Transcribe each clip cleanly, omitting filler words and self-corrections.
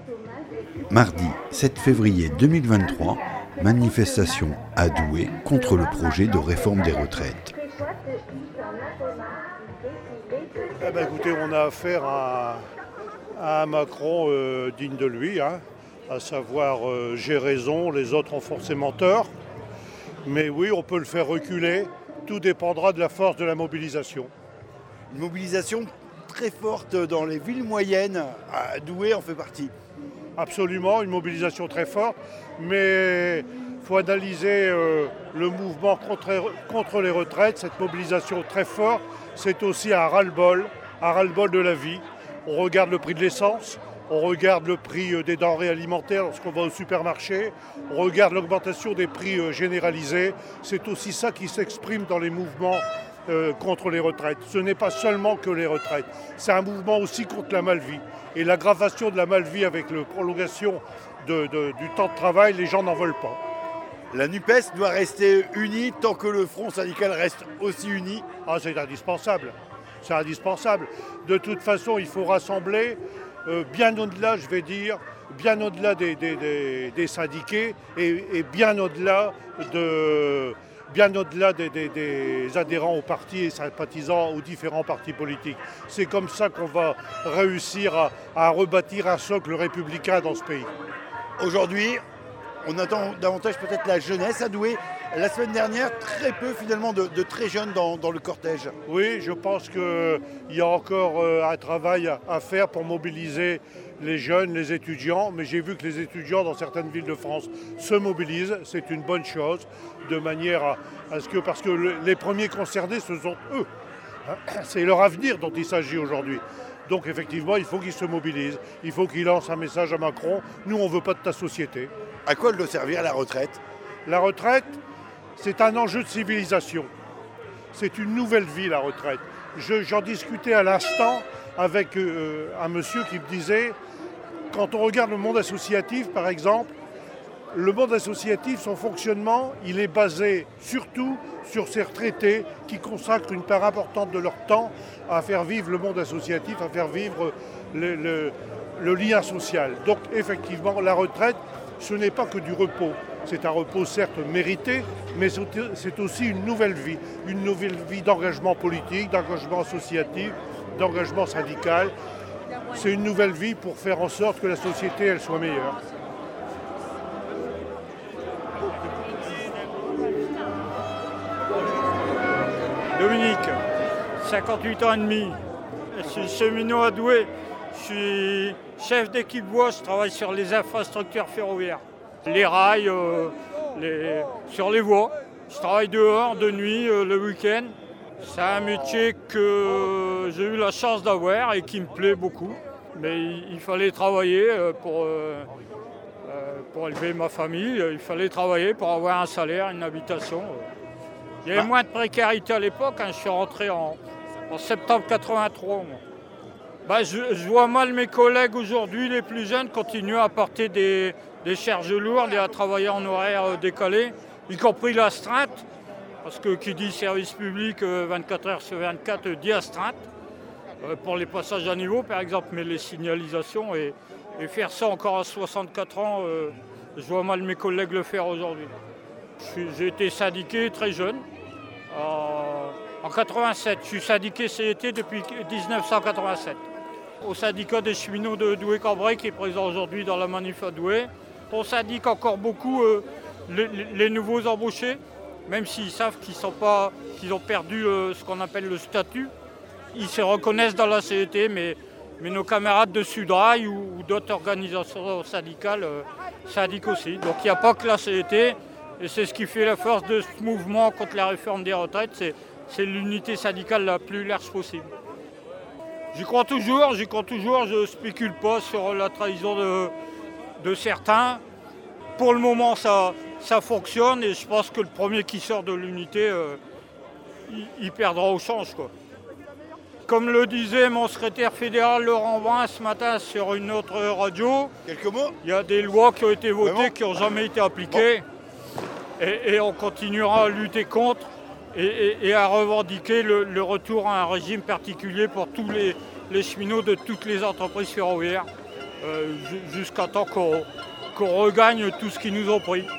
Mardi 7 février 2023, manifestation à Douai contre le projet de réforme des retraites. Écoutez, on a affaire à un Macron digne de lui, à savoir j'ai raison, les autres ont forcément tort. Mais oui, on peut le faire reculer, tout dépendra de la force de la mobilisation. Une mobilisation très forte dans les villes moyennes, à Douai en fait partie. Absolument, une mobilisation très forte, mais il faut analyser le mouvement contre les retraites. Cette mobilisation très forte, c'est aussi un ras-le-bol de la vie. On regarde le prix de l'essence, on regarde le prix des denrées alimentaires lorsqu'on va au supermarché, on regarde l'augmentation des prix généralisés. C'est aussi ça qui s'exprime dans les mouvements contre les retraites. Ce n'est pas seulement que les retraites, c'est un mouvement aussi contre la mal-vie. Et l'aggravation de la mal-vie avec la prolongation du temps de travail, les gens n'en veulent pas. La NUPES doit rester unie tant que le front syndical reste aussi uni. C'est indispensable. C'est indispensable. De toute façon, il faut rassembler bien au-delà, je vais dire, bien au-delà des syndiqués et bien au-delà des adhérents aux partis et sympathisants aux différents partis politiques. C'est comme ça qu'on va réussir à rebâtir un socle républicain dans ce pays. Aujourd'hui, on attend davantage peut-être la jeunesse à Douai. La semaine dernière, très peu finalement de très jeunes dans le cortège. Oui, je pense qu'il y a encore un travail à faire pour mobiliser les jeunes, les étudiants. Mais j'ai vu que les étudiants dans certaines villes de France se mobilisent. C'est une bonne chose, de manière à ce que... Parce que les premiers concernés, ce sont eux. C'est leur avenir dont il s'agit aujourd'hui. Donc effectivement, il faut qu'ils se mobilisent. Il faut qu'ils lancent un message à Macron. Nous, on ne veut pas de ta société. À quoi doit servir la retraite ? La retraite, c'est un enjeu de civilisation. C'est une nouvelle vie, la retraite. J'en discutais à l'instant avec un monsieur qui me disait, quand on regarde le monde associatif, par exemple, le monde associatif, son fonctionnement, il est basé surtout sur ces retraités qui consacrent une part importante de leur temps à faire vivre le monde associatif, à faire vivre le lien social. Donc effectivement, la retraite, ce n'est pas que du repos. C'est un repos certes mérité, mais c'est aussi une nouvelle vie d'engagement politique, d'engagement associatif, d'engagement syndical. C'est une nouvelle vie pour faire en sorte que la société elle soit meilleure. Dominique, 58 ans et demi, je suis cheminot à Douai, je suis chef d'équipe bois, je travaille sur les infrastructures ferroviaires, les rails, sur les voies. Je travaille dehors, de nuit, le week-end. C'est un métier que j'ai eu la chance d'avoir et qui me plaît beaucoup. Mais il fallait travailler pour élever ma famille, il fallait travailler pour avoir un salaire, une habitation. Il y avait moins de précarité à l'époque, je suis rentré en septembre 83. Je vois mal mes collègues aujourd'hui, les plus jeunes, continuer à porter des charges lourdes et à travailler en horaire décalé, y compris l'astreinte, parce que qui dit service public 24 heures sur 24 dit astreinte, pour les passages à niveau par exemple, mais les signalisations et faire ça encore à 64 ans, je vois mal mes collègues le faire aujourd'hui. J'ai été syndiqué très jeune. En 87, je suis syndiqué CET depuis 1987. Au syndicat des cheminots de Douai-Cambrai qui est présent aujourd'hui dans la manif à Douai. On syndique encore beaucoup les nouveaux embauchés, même s'ils savent qu'ils ont perdu ce qu'on appelle le statut. Ils se reconnaissent dans la CET, mais nos camarades de Sudrail ou d'autres organisations syndicales syndiquent aussi. Donc il n'y a pas que la CET. Et c'est ce qui fait la force de ce mouvement contre la réforme des retraites, c'est l'unité syndicale la plus large possible. J'y crois toujours, je ne spécule pas sur la trahison de certains. Pour le moment, ça fonctionne et je pense que le premier qui sort de l'unité, il perdra au change, quoi. Comme le disait mon secrétaire fédéral Laurent Brun ce matin sur une autre radio, quelques mots. Il y a des lois qui ont été votées qui n'ont jamais été appliquées. Bon. Et on continuera à lutter contre et à revendiquer le retour à un régime particulier pour tous les cheminots de toutes les entreprises ferroviaires. jusqu'à temps qu'on regagne tout ce qu'ils nous ont pris.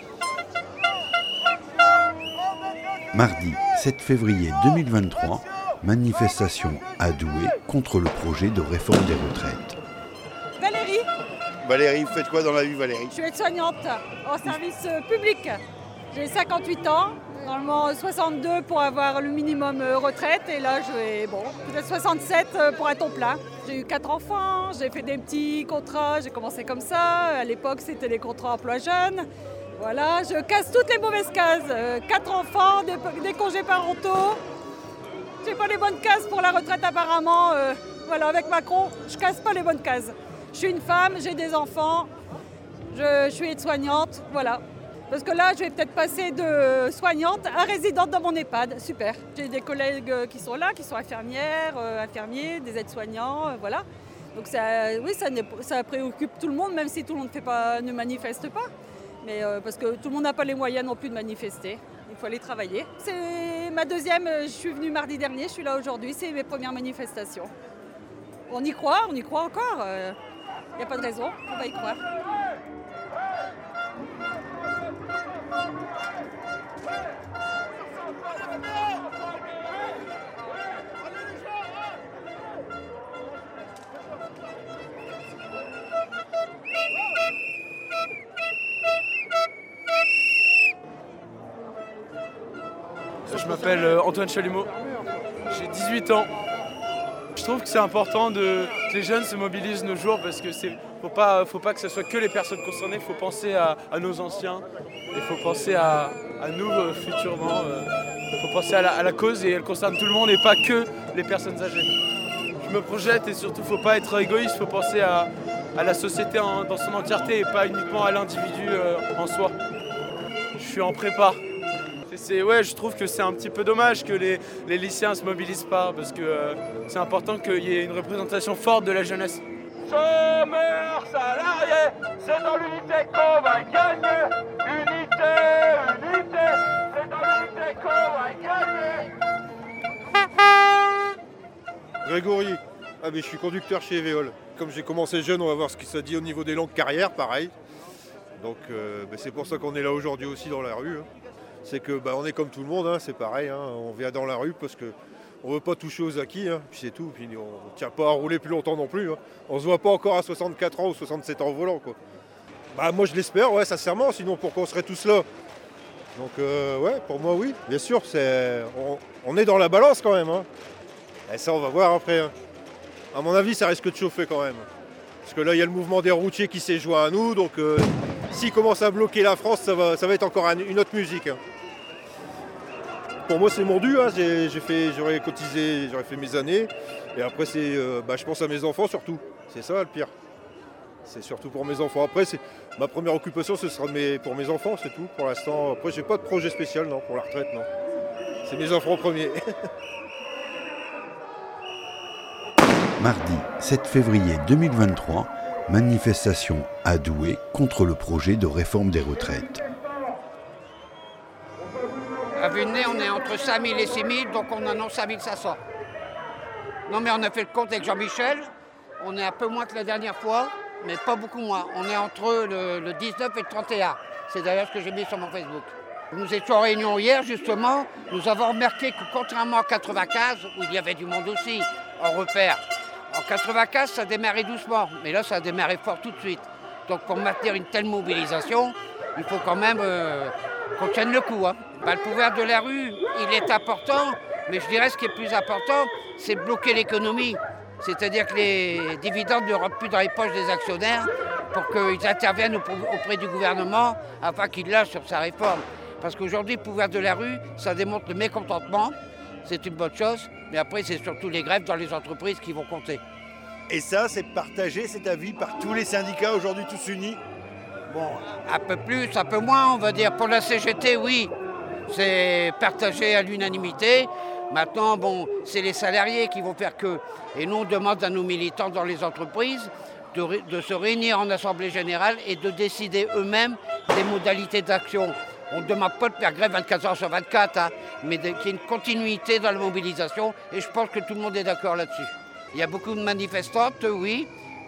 Mardi 7 février 2023, manifestation à Douai contre le projet de réforme des retraites. Valérie. Valérie, vous faites quoi dans la vie, Valérie? Je suis aide-soignante en service public. J'ai 58 ans, normalement 62 pour avoir le minimum retraite et là je vais, peut-être 67 pour un temps plein. J'ai eu 4 enfants, j'ai fait des petits contrats, j'ai commencé comme ça. À l'époque c'était les contrats emploi jeunes. Voilà, je casse toutes les mauvaises cases. 4 enfants, des congés parentaux. J'ai pas les bonnes cases pour la retraite apparemment. Voilà, avec Macron, je casse pas les bonnes cases. Je suis une femme, j'ai des enfants, je suis aide-soignante, voilà. Parce que là, je vais peut-être passer de soignante à résidente dans mon EHPAD. Super. J'ai des collègues qui sont là, qui sont infirmières, infirmiers, des aides-soignants, voilà. Donc ça préoccupe tout le monde, même si tout le monde ne manifeste pas. Mais parce que tout le monde n'a pas les moyens non plus de manifester. Il faut aller travailler. C'est ma deuxième, je suis venue mardi dernier, je suis là aujourd'hui, c'est mes premières manifestations. On y croit encore. Il n'y a pas de raison, on va y croire. Je m'appelle Antoine Chalumeau, j'ai 18 ans. Je trouve que c'est important que les jeunes se mobilisent nos jours parce que faut pas que ce soit que les personnes concernées, il faut penser à nos anciens, il faut penser à nous futurement, il faut penser à la cause et elle concerne tout le monde et pas que les personnes âgées. Je me projette et surtout il ne faut pas être égoïste, il faut penser à la société dans son entièreté et pas uniquement à l'individu en soi. Je suis en prépa. Je trouve que c'est un petit peu dommage que les lycéens ne se mobilisent pas parce que c'est important qu'il y ait une représentation forte de la jeunesse. Chômeurs, salariés, c'est dans l'unité qu'on va gagner. Unité, c'est dans l'unité qu'on va gagner. Grégory, mais je suis conducteur chez Eveol. Comme j'ai commencé jeune, on va voir ce que ça dit au niveau des langues carrières, pareil. Donc c'est pour ça qu'on est là aujourd'hui aussi dans la rue. C'est que on est comme tout le monde, c'est pareil, on vient dans la rue parce qu'on ne veut pas toucher aux acquis, puis c'est tout, puis on ne tient pas à rouler plus longtemps non plus. On ne se voit pas encore à 64 ans ou 67 ans au volant, quoi. Moi je l'espère, sincèrement, sinon pourquoi on serait tous là? Donc pour moi oui, bien sûr, on est dans la balance quand même. Et ça on va voir après. À mon avis ça risque de chauffer quand même. Parce que là il y a le mouvement des routiers qui s'est joint à nous, donc s'ils commencent à bloquer la France, ça va être encore une autre musique. Pour moi c'est mon dû, j'aurais cotisé, j'aurais fait mes années. Et après je pense à mes enfants surtout. C'est ça le pire. C'est surtout pour mes enfants. Après ma première occupation ce sera pour mes enfants, c'est tout pour l'instant. Après j'ai pas de projet spécial non, pour la retraite, non. C'est mes enfants en premier. Mardi 7 février 2023, manifestation à Douai contre le projet de réforme des retraites. À vue de nez, on est entre 5 000 et 6 000, donc on annonce 5 500. Non mais on a fait le compte avec Jean-Michel, on est un peu moins que la dernière fois, mais pas beaucoup moins. On est entre le 19 et le 31. C'est d'ailleurs ce que j'ai mis sur mon Facebook. Nous étions en réunion hier, justement, nous avons remarqué que contrairement à 95, où il y avait du monde aussi, en repère, en 95, ça démarrait doucement, mais là, ça a démarré fort tout de suite. Donc pour maintenir une telle mobilisation, il faut quand même qu'on tienne le coup. Le pouvoir de la rue, il est important, mais je dirais ce qui est plus important, c'est de bloquer l'économie. C'est-à-dire que les dividendes ne rentrent plus dans les poches des actionnaires pour qu'ils interviennent auprès du gouvernement afin qu'il lâche sur sa réforme. Parce qu'aujourd'hui, le pouvoir de la rue, ça démontre le mécontentement, c'est une bonne chose, mais après, c'est surtout les grèves dans les entreprises qui vont compter. Et ça, c'est partagé, cet avis, par tous les syndicats aujourd'hui tous unis? Bon, un peu plus, un peu moins, on va dire. Pour la CGT, oui, c'est partagé à l'unanimité. Maintenant, c'est les salariés qui vont faire que. Et nous, on demande à nos militants dans les entreprises de se réunir en assemblée générale et de décider eux-mêmes des modalités d'action. On ne demande pas de faire grève 24 heures sur 24, mais qu'il y ait une continuité dans la mobilisation. Et je pense que tout le monde est d'accord là-dessus. Il y a beaucoup de manifestantes, oui,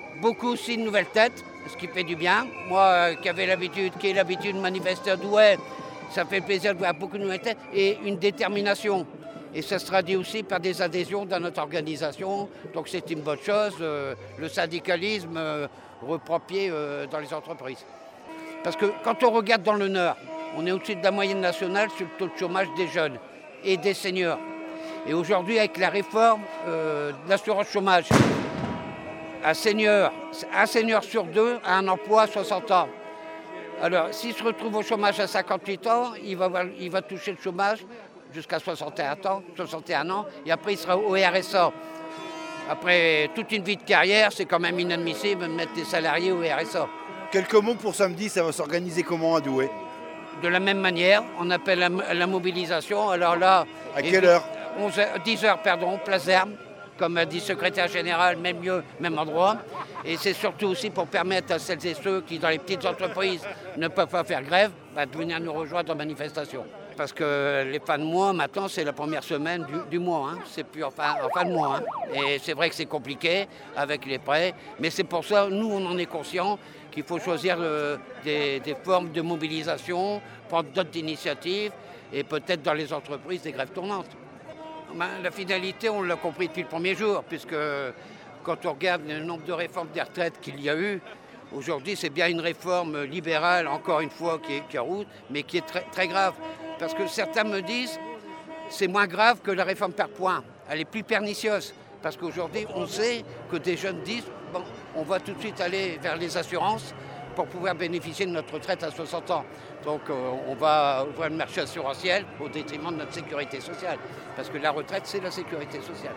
beaucoup aussi de nouvelles têtes, ce qui fait du bien. Moi qui ai l'habitude de manifester à Douai, ça fait plaisir de voir beaucoup de nouvelles têtes et une détermination. Et ça se traduit aussi par des adhésions dans notre organisation. Donc c'est une bonne chose. Le syndicalisme reprend pied dans les entreprises. Parce que quand on regarde dans le Nord, on est au-dessus de la moyenne nationale sur le taux de chômage des jeunes et des seniors. Et aujourd'hui, avec la réforme de l'assurance chômage, un senior sur 2 a un emploi à 60 ans. Alors, s'il se retrouve au chômage à 58 ans, il va toucher le chômage jusqu'à 61 ans, et après il sera au RSA. Après toute une vie de carrière, c'est quand même inadmissible de mettre des salariés au RSA. Quelques mots pour samedi, ça va s'organiser comment à Douai? De la même manière, on appelle la mobilisation. Alors là, à quelle heure? 10h, place d'Herbe, comme a dit le secrétaire général, même lieu, même endroit. Et c'est surtout aussi pour permettre à celles et ceux qui, dans les petites entreprises, ne peuvent pas faire grève, de venir nous rejoindre en manifestation. Parce que les fins de mois, maintenant, c'est la première semaine du mois. C'est plus en fin de mois. Et c'est vrai que c'est compliqué avec les prêts. Mais c'est pour ça, nous, on en est conscients qu'il faut choisir des formes de mobilisation, prendre d'autres initiatives et peut-être dans les entreprises des grèves tournantes. La finalité, on l'a compris depuis le premier jour, puisque quand on regarde le nombre de réformes des retraites qu'il y a eu, aujourd'hui, c'est bien une réforme libérale, encore une fois, qui est en route, mais qui est très, très grave. Parce que certains me disent c'est moins grave que la réforme par points. Elle est plus pernicieuse. Parce qu'aujourd'hui, on sait que des jeunes disent bon, on va tout de suite aller vers les assurances pour pouvoir bénéficier de notre retraite à 60 ans. Donc on va ouvrir le marché assurantiel au détriment de notre sécurité sociale. Parce que la retraite, c'est la sécurité sociale.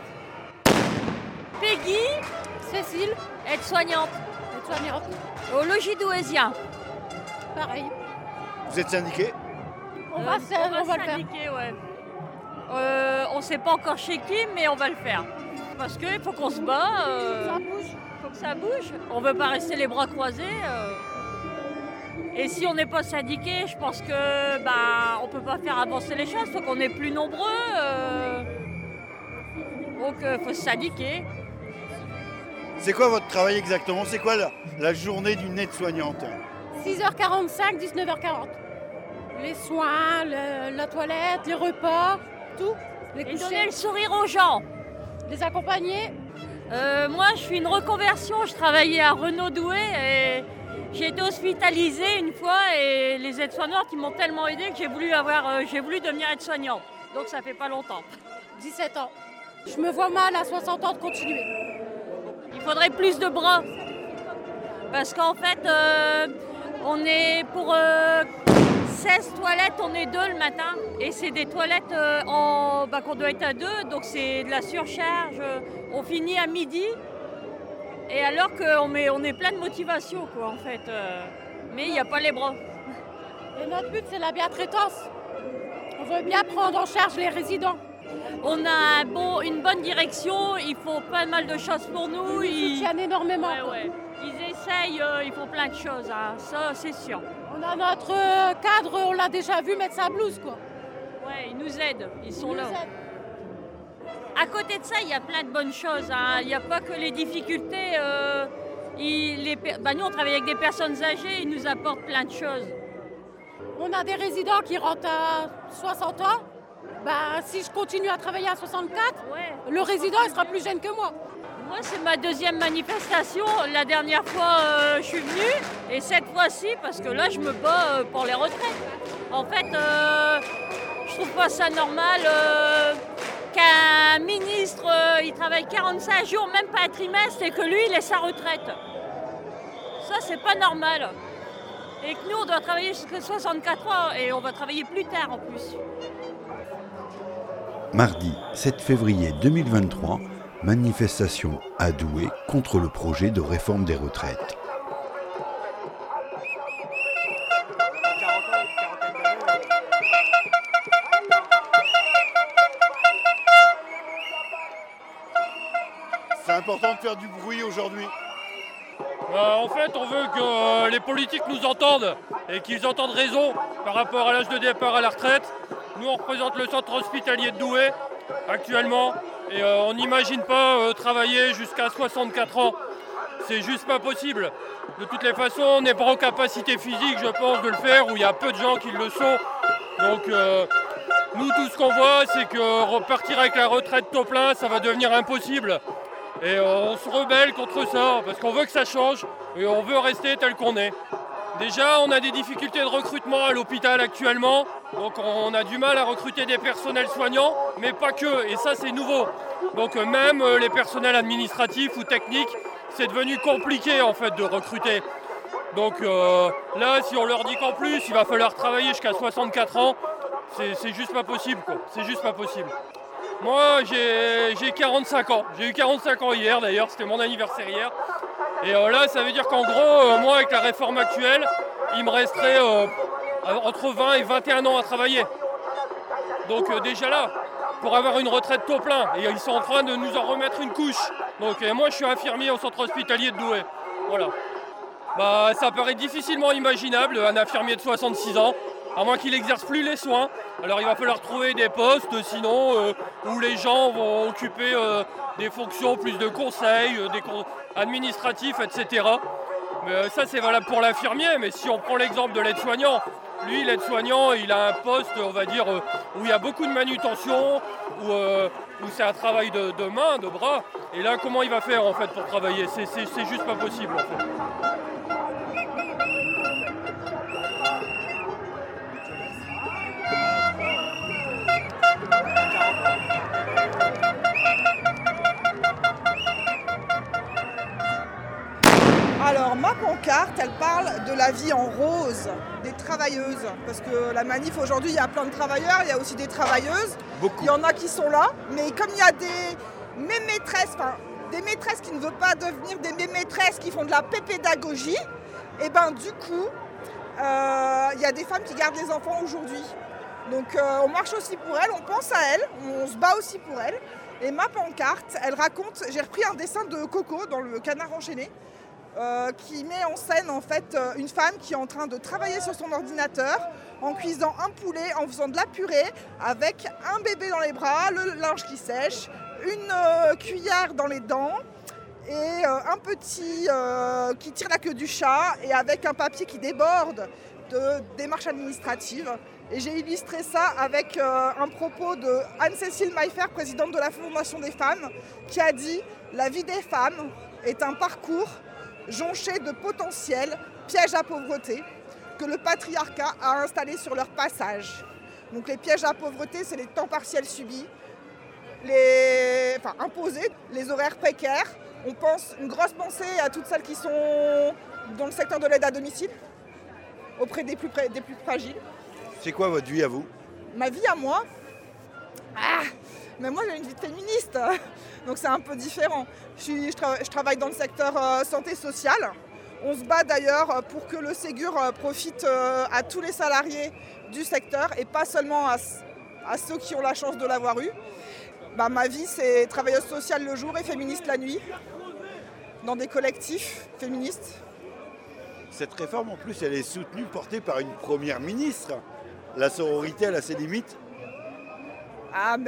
Peggy, Cécile, aide-soignante. Au logis douaisien. Pareil. Vous êtes syndiqué? On va le faire. Ouais. On ne sait pas encore chez qui, mais on va le faire. Parce qu'il faut qu'on se bat. Ça bouge. Faut que ça bouge. On ne veut pas rester les bras croisés. Et si on n'est pas syndiqué, je pense que on ne peut pas faire avancer les choses. Il faut qu'on est plus nombreux. Donc il faut se syndiquer. C'est quoi votre travail exactement? C'est quoi la journée d'une aide-soignante? 6h45, 19h40. Les soins, la toilette, les repas, tout. Et donner le sourire aux gens. Les accompagner. Moi, je suis une reconversion. Je travaillais à Renaud-Douai et j'ai été hospitalisée une fois. Et les aides-soignantes, ils m'ont tellement aidée que j'ai voulu devenir aide-soignante. Donc ça fait pas longtemps. 17 ans. Je me vois mal à 60 ans de continuer. Il faudrait plus de bras. Parce qu'en fait, on est pour 16 toilettes, on est 2 le matin. Et c'est des toilettes qu'on doit être à 2, donc c'est de la surcharge. On finit à midi. Et alors qu'on est plein de motivation, quoi, en fait. Mais il n'y a pas les bras. Et notre but, c'est la bientraitance. On veut bien prendre en charge les résidents. On a une bonne direction, ils font pas mal de choses pour nous. Ils soutiennent énormément. Ouais. Ils essayent, ils font plein de choses, ça c'est sûr. On a notre cadre, on l'a déjà vu mettre sa blouse, quoi. Ouais, ils nous aident, ils sont là. À côté de ça, il y a plein de bonnes choses. Il n'y a pas que les difficultés. Nous, on travaille avec des personnes âgées, ils nous apportent plein de choses. On a des résidents qui rentrent à 60 ans. Si je continue à travailler à 64, le résident il sera plus jeune que moi. Moi, c'est ma deuxième manifestation. La dernière fois, je suis venue. Et cette fois-ci, parce que là, je me bats pour les retraites. En fait, je trouve pas ça normal qu'un ministre, il travaille 45 jours, même pas un trimestre, et que lui, il ait sa retraite. Ça, c'est pas normal. Et que nous, on doit travailler jusqu'à 64 ans. Et on va travailler plus tard, en plus. Mardi 7 février 2023, manifestation à Douai contre le projet de réforme des retraites. C'est important de faire du bruit aujourd'hui. En fait, on veut que les politiques nous entendent et qu'ils entendent raison par rapport à l'âge de départ à la retraite. Nous, on représente le centre hospitalier de Douai actuellement et on n'imagine pas travailler jusqu'à 64 ans. c'est juste pas possible. De toutes les façons, on n'est pas en capacité physique, je pense, de le faire, où il y a peu de gens qui le sont. Donc nous, tout ce qu'on voit, c'est que repartir avec la retraite taux plein, ça va devenir impossible. Et on se rebelle contre ça, parce qu'on veut que ça change, et on veut rester tel qu'on est. Déjà, on a des difficultés de recrutement à l'hôpital actuellement, donc on a du mal à recruter des personnels soignants, mais pas que, et ça c'est nouveau. Donc même les personnels administratifs ou techniques, c'est devenu compliqué en fait de recruter. Donc là, si on leur dit qu'en plus, il va falloir travailler jusqu'à 64 ans, c'est juste pas possible, quoi. C'est juste pas possible. Moi, j'ai 45 ans. J'ai eu 45 ans hier d'ailleurs, c'était mon anniversaire hier. Et là, ça veut dire qu'en gros, moi, avec la réforme actuelle, il me resterait entre 20 et 21 ans à travailler. Donc déjà là, pour avoir une retraite taux plein, et ils sont en train de nous en remettre une couche. Donc moi, je suis infirmier au centre hospitalier de Douai. Voilà. Bah, ça paraît difficilement imaginable, un infirmier de 66 ans, à moins qu'il n'exerce plus les soins. Alors il va falloir trouver des postes, sinon, où les gens vont occuper des fonctions plus de conseil, administratifs, etc. Mais ça, c'est valable pour l'infirmier, mais si on prend l'exemple de l'aide-soignant, lui, l'aide-soignant, il a un poste, on va dire, où il y a beaucoup de manutention, où c'est un travail de main, de bras. Et là, comment il va faire, en fait, pour travailler ? C'est juste pas possible, en fait. Alors ma pancarte, elle parle de la vie en rose des travailleuses. Parce que la manif aujourd'hui, il y a plein de travailleurs, il y a aussi des travailleuses. Beaucoup. Il y en a qui sont là, mais comme il y a des maîtresses qui ne veulent pas devenir des maîtresses qui font de la pédagogie, et ben du coup, il y a des femmes qui gardent les enfants aujourd'hui. Donc on marche aussi pour elles, on pense à elles, on se bat aussi pour elles. Et ma pancarte, elle raconte, j'ai repris un dessin de Coco dans le Canard enchaîné, qui met en scène en fait une femme qui est en train de travailler sur son ordinateur en cuisant un poulet, en faisant de la purée avec un bébé dans les bras, le linge qui sèche, une cuillère dans les dents et un petit qui tire la queue du chat et avec un papier qui déborde de démarches administratives. Et j'ai illustré ça avec un propos de Anne-Cécile Maillefer, présidente de la Fondation des femmes, qui a dit « La vie des femmes est un parcours jonchés de potentiels pièges à pauvreté que le patriarcat a installés sur leur passage. » Donc les pièges à pauvreté, c'est les temps partiels subis, imposés, les horaires précaires. On pense une grosse pensée à toutes celles qui sont dans le secteur de l'aide à domicile, auprès des plus fragiles. C'est quoi votre vie à vous ? Ma vie à moi ? Mais moi j'ai une vie de féministe, donc c'est un peu différent. Je travaille dans le secteur santé sociale. On se bat d'ailleurs pour que le Ségur profite à tous les salariés du secteur et pas seulement à ceux qui ont la chance de l'avoir eu. Ma vie c'est travailleuse sociale le jour et féministe la nuit, dans des collectifs féministes. Cette réforme en plus elle est soutenue, portée par une première ministre. La sororité elle a ses limites ? Il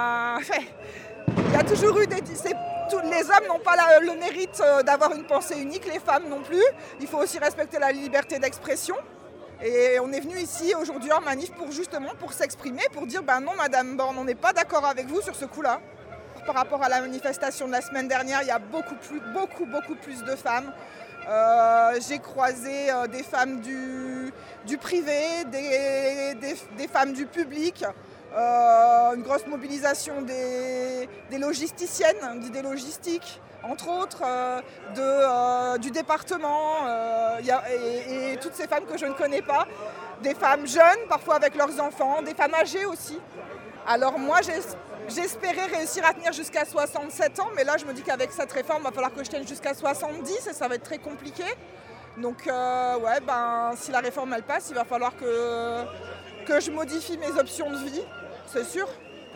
y a toujours eu les hommes n'ont pas le mérite d'avoir une pensée unique, les femmes non plus. Il faut aussi respecter la liberté d'expression. Et on est venu ici aujourd'hui en manif pour s'exprimer, pour dire non Madame Borne, on n'est pas d'accord avec vous sur ce coup-là. Par rapport à la manifestation de la semaine dernière, il y a beaucoup plus de femmes. J'ai croisé des femmes du privé, des femmes du public. Une grosse mobilisation des logisticiennes, d'idées logistiques, entre autres, du département, et toutes ces femmes que je ne connais pas, des femmes jeunes, parfois avec leurs enfants, des femmes âgées aussi. Alors moi, j'espérais réussir à tenir jusqu'à 67 ans, mais là, je me dis qu'avec cette réforme, il va falloir que je tienne jusqu'à 70 et ça va être très compliqué. Donc, si la réforme, elle passe, il va falloir que je modifie mes options de vie. C'est sûr.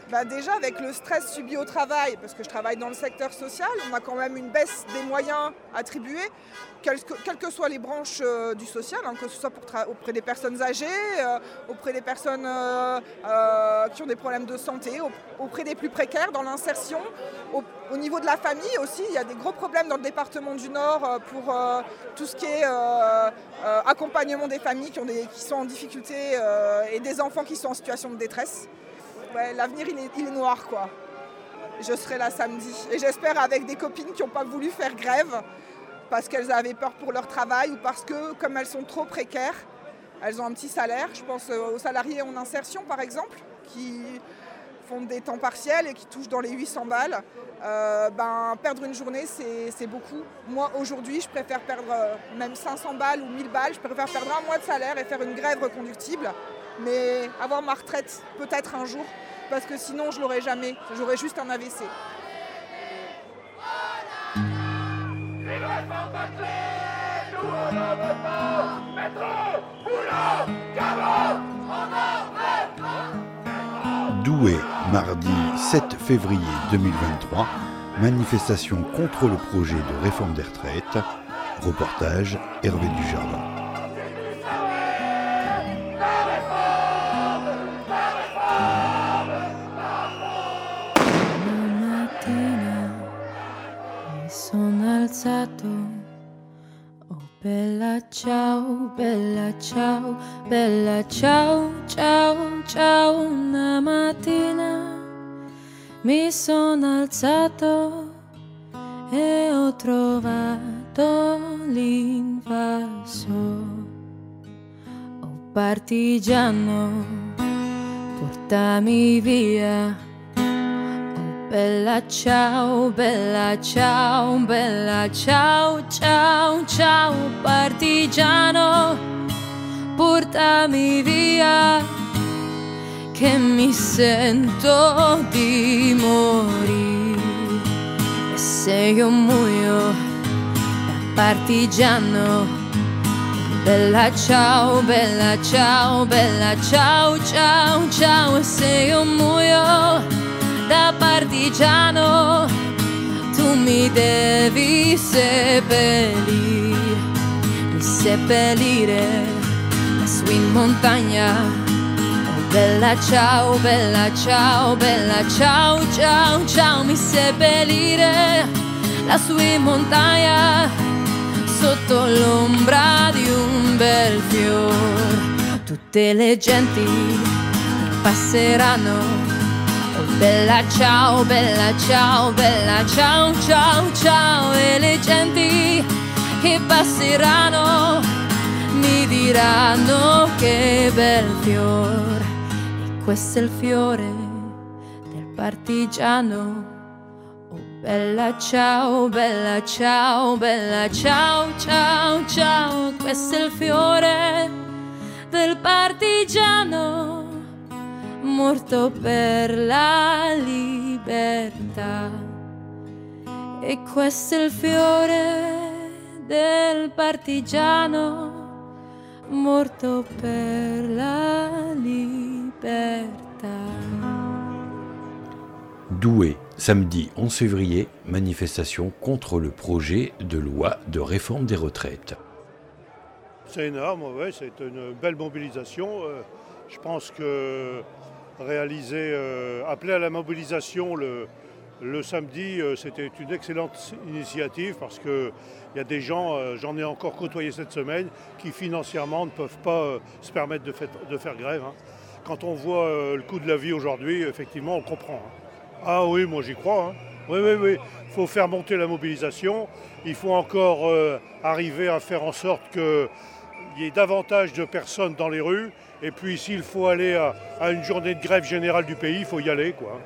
Déjà avec le stress subi au travail, parce que je travaille dans le secteur social, on a quand même une baisse des moyens attribués, quelles que soient les branches du social, que ce soit auprès des personnes âgées, auprès des personnes qui ont des problèmes de santé, auprès des plus précaires, dans l'insertion. Au niveau de la famille aussi, il y a des gros problèmes dans le département du Nord pour tout ce qui est accompagnement des familles qui sont en difficulté et des enfants qui sont en situation de détresse. Ouais, l'avenir il est noir quoi. Je serai là samedi et j'espère avec des copines qui n'ont pas voulu faire grève parce qu'elles avaient peur pour leur travail ou parce que comme elles sont trop précaires, elles ont un petit salaire. Je pense aux salariés en insertion par exemple qui font des temps partiels et qui touchent dans les 800 balles. Perdre une journée c'est beaucoup. Moi aujourd'hui je préfère perdre même 500 balles ou 1000 balles, je préfère perdre un mois de salaire et faire une grève reconductible. Mais avoir ma retraite peut-être un jour, parce que sinon je l'aurai jamais, j'aurai juste un AVC. Douai, mardi 7 février 2023, manifestation contre le projet de réforme des retraites. Reportage Hervé Dujardin. Sono alzato, oh bella ciao, bella ciao, bella ciao, ciao, ciao. Una mattina mi sono alzato e ho trovato l'invaso. Oh partigiano, portami via. Bella ciao, bella ciao, bella ciao, ciao, ciao, partigiano, portami via, che mi sento di morire. E se io muoio da partigiano, bella ciao, bella ciao, bella ciao, ciao, ciao, e se io muoio da partigiano, tu mi devi seppellire lassù in montagna. Oh bella ciao, bella ciao, bella ciao, ciao, ciao, mi seppellire lassù in montagna, sotto l'ombra di un bel fior. Tutte le genti che passeranno. Bella ciao, bella ciao, bella ciao, ciao, ciao. E le genti che passeranno mi diranno che bel fiore. E questo è il fiore del partigiano. Oh bella ciao, bella ciao, bella ciao, ciao, ciao. Questo è il fiore del partigiano, morto per la libertà. E questo è il fiore del partigiano, morto per la libertà. Douai, samedi 11 février, manifestation contre le projet de loi de réforme des retraites. C'est énorme, ouais, c'est une belle mobilisation. Je pense que appeler à la mobilisation le samedi, c'était une excellente initiative parce qu'il y a des gens, j'en ai encore côtoyé cette semaine, qui financièrement ne peuvent pas se permettre de faire grève. Quand on voit le coût de la vie aujourd'hui, effectivement, on comprend. Ah oui, moi j'y crois. Oui. Il faut faire monter la mobilisation. Il faut encore arriver à faire en sorte qu'il y ait davantage de personnes dans les rues. Et puis s'il faut aller à une journée de grève générale du pays, il faut y aller, quoi.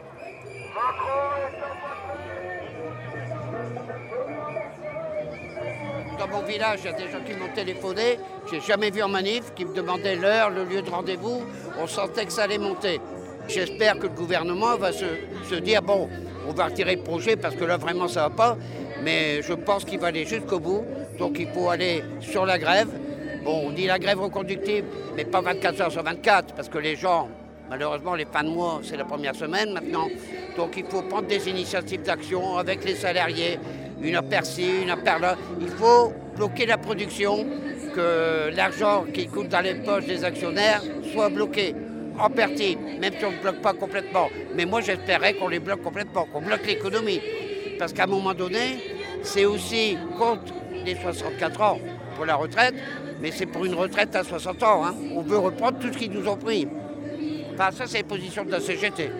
Dans mon village, il y a des gens qui m'ont téléphoné, j'ai jamais vu en manif, qui me demandaient l'heure, le lieu de rendez-vous. On sentait que ça allait monter. J'espère que le gouvernement va se dire, bon, on va retirer le projet parce que là vraiment ça va pas. Mais je pense qu'il va aller jusqu'au bout. Donc il faut aller sur la grève. Bon, on dit la grève reconductible, mais pas 24 heures sur 24, parce que les gens, Malheureusement, les fins de mois, c'est la première semaine maintenant. Donc il faut prendre des initiatives d'action avec les salariés, une heure par-ci, une heure par-là. Il faut bloquer la production, que l'argent qui coûte dans les poches des actionnaires soit bloqué en partie, même si on ne bloque pas complètement. Mais moi, j'espérais qu'on les bloque complètement, qu'on bloque l'économie. Parce qu'à un moment donné, c'est aussi contre les 64 ans pour la retraite, mais c'est pour une retraite à 60 ans. Hein. On veut reprendre tout ce qu'ils nous ont pris. Enfin, ça, c'est les positions de la CGT.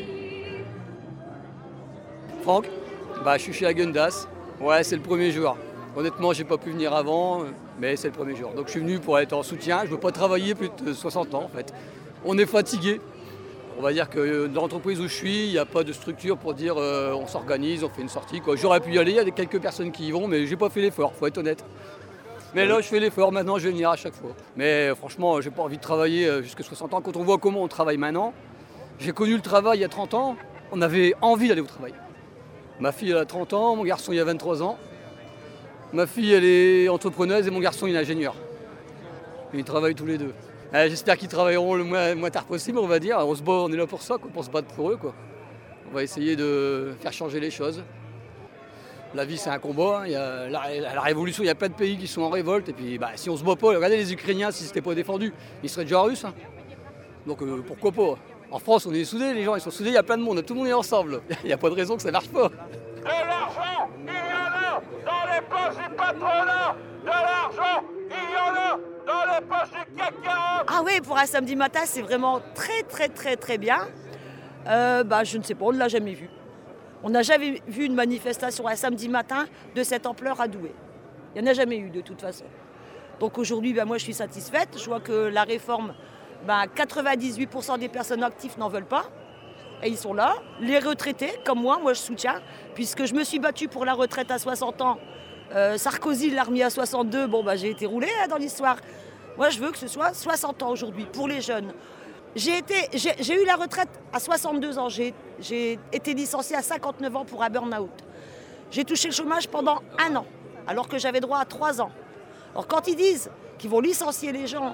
Franck, je suis chez Häagen-Dazs. Ouais, c'est le premier jour. Honnêtement, j'ai pas pu venir avant, mais c'est le premier jour. Donc je suis venu pour être en soutien. Je ne veux pas travailler plus de 60 ans en fait. On est fatigué. On va dire que dans l'entreprise où je suis, il n'y a pas de structure pour dire on s'organise, on fait une sortie. Quoi. J'aurais pu y aller, il y a quelques personnes qui y vont, mais j'ai pas fait l'effort, faut être honnête. Mais là, je fais l'effort, maintenant je vais venir à chaque fois. Mais franchement, j'ai pas envie de travailler jusqu'à 60 ans. Quand on voit comment on travaille maintenant, j'ai connu le travail il y a 30 ans, on avait envie d'aller au travail. Ma fille elle a 30 ans, mon garçon il a 23 ans. Ma fille elle est entrepreneuse et mon garçon il est ingénieur. Et ils travaillent tous les deux. J'espère qu'ils travailleront le moins tard possible, on va dire. On se bat, on est là pour ça, quoi, pour se battre pour eux. Quoi. On va essayer de faire changer les choses. La vie c'est un combat, hein. Il y a la révolution, il y a plein de pays qui sont en révolte. Et puis si on se bat pas, regardez les Ukrainiens, si c'était pas défendu, ils seraient déjà russes. Hein. Donc pourquoi pas. En France on est soudés, les gens ils sont soudés, il y a plein de monde, tout le monde est ensemble. Il n'y a pas de raison que ça marche pas. De l'argent, il y en a dans les poches du patronat. De l'argent, il y en a dans les poches du CAC 40. Ah oui, pour un samedi matin, c'est vraiment très bien. Je ne sais pas, on ne l'a jamais vu. On n'a jamais vu une manifestation un samedi matin de cette ampleur à Douai. Il n'y en a jamais eu de toute façon. Donc aujourd'hui, moi je suis satisfaite. Je vois que la réforme, 98% des personnes actives n'en veulent pas. Et ils sont là. Les retraités, comme moi je soutiens, puisque je me suis battue pour la retraite à 60 ans. Sarkozy l'a remis à 62, j'ai été roulée dans l'histoire. Moi je veux que ce soit 60 ans aujourd'hui, pour les jeunes. J'ai eu la retraite à 62 ans, j'ai été licenciée à 59 ans pour un burn-out. J'ai touché le chômage pendant 1 an, alors que j'avais droit à 3 ans. Alors quand ils disent qu'ils vont licencier les gens,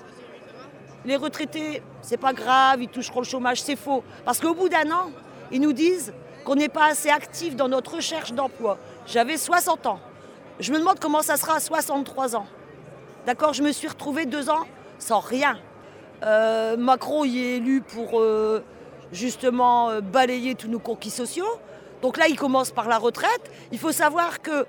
les retraités, c'est pas grave, ils toucheront le chômage, c'est faux. Parce qu'au bout d'1 an, ils nous disent qu'on n'est pas assez actif dans notre recherche d'emploi. J'avais 60 ans. Je me demande comment ça sera à 63 ans. D'accord, je me suis retrouvée 2 ans sans rien. Macron y est élu pour justement balayer tous nos conquis sociaux. Donc là, il commence par la retraite. Il faut savoir que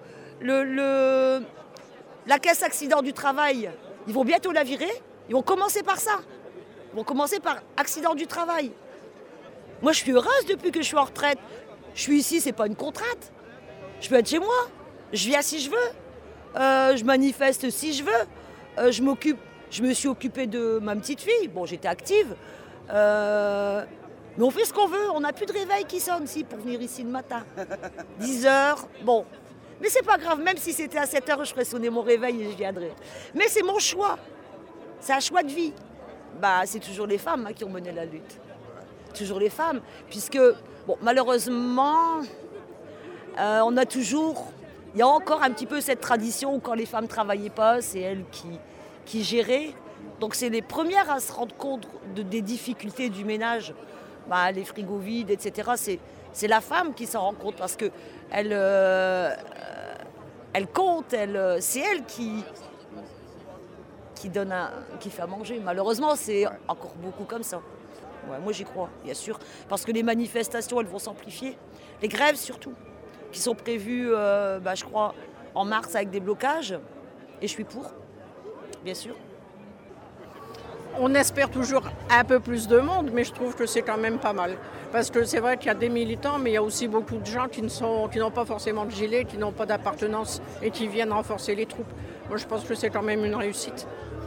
la caisse accident du travail, ils vont bientôt la virer. Ils vont commencer par ça. Ils vont commencer par accident du travail. Moi, je suis heureuse depuis que je suis en retraite. Je suis ici, c'est pas une contrainte. Je peux être chez moi. Je viens si je veux. Je manifeste si je veux. Je me suis occupée de ma petite fille. Bon, j'étais active. Mais on fait ce qu'on veut. On n'a plus de réveil qui sonne pour venir ici le matin. 10h, bon. Mais c'est pas grave. Même si c'était à 7h, je ferais sonner mon réveil et je viendrais. Mais c'est mon choix. C'est un choix de vie. C'est toujours les femmes qui ont mené la lutte. Toujours les femmes. Puisque, malheureusement, il y a encore un petit peu cette tradition où quand les femmes ne travaillaient pas, c'est elles qui géraient. Donc c'est les premières à se rendre compte des difficultés du ménage. Les frigos vides, etc. C'est la femme qui s'en rend compte parce qu'elle compte, c'est elle qui fait à manger. Malheureusement, c'est encore beaucoup comme ça. Ouais, moi, j'y crois, bien sûr. Parce que les manifestations, elles vont s'amplifier. Les grèves, surtout, qui sont prévues, je crois, en mars avec des blocages. Et je suis pour, bien sûr. On espère toujours un peu plus de monde, mais je trouve que c'est quand même pas mal. Parce que c'est vrai qu'il y a des militants, mais il y a aussi beaucoup de gens qui n'ont pas forcément de gilet, qui n'ont pas d'appartenance et qui viennent renforcer les troupes. Moi, je pense que c'est quand même une réussite.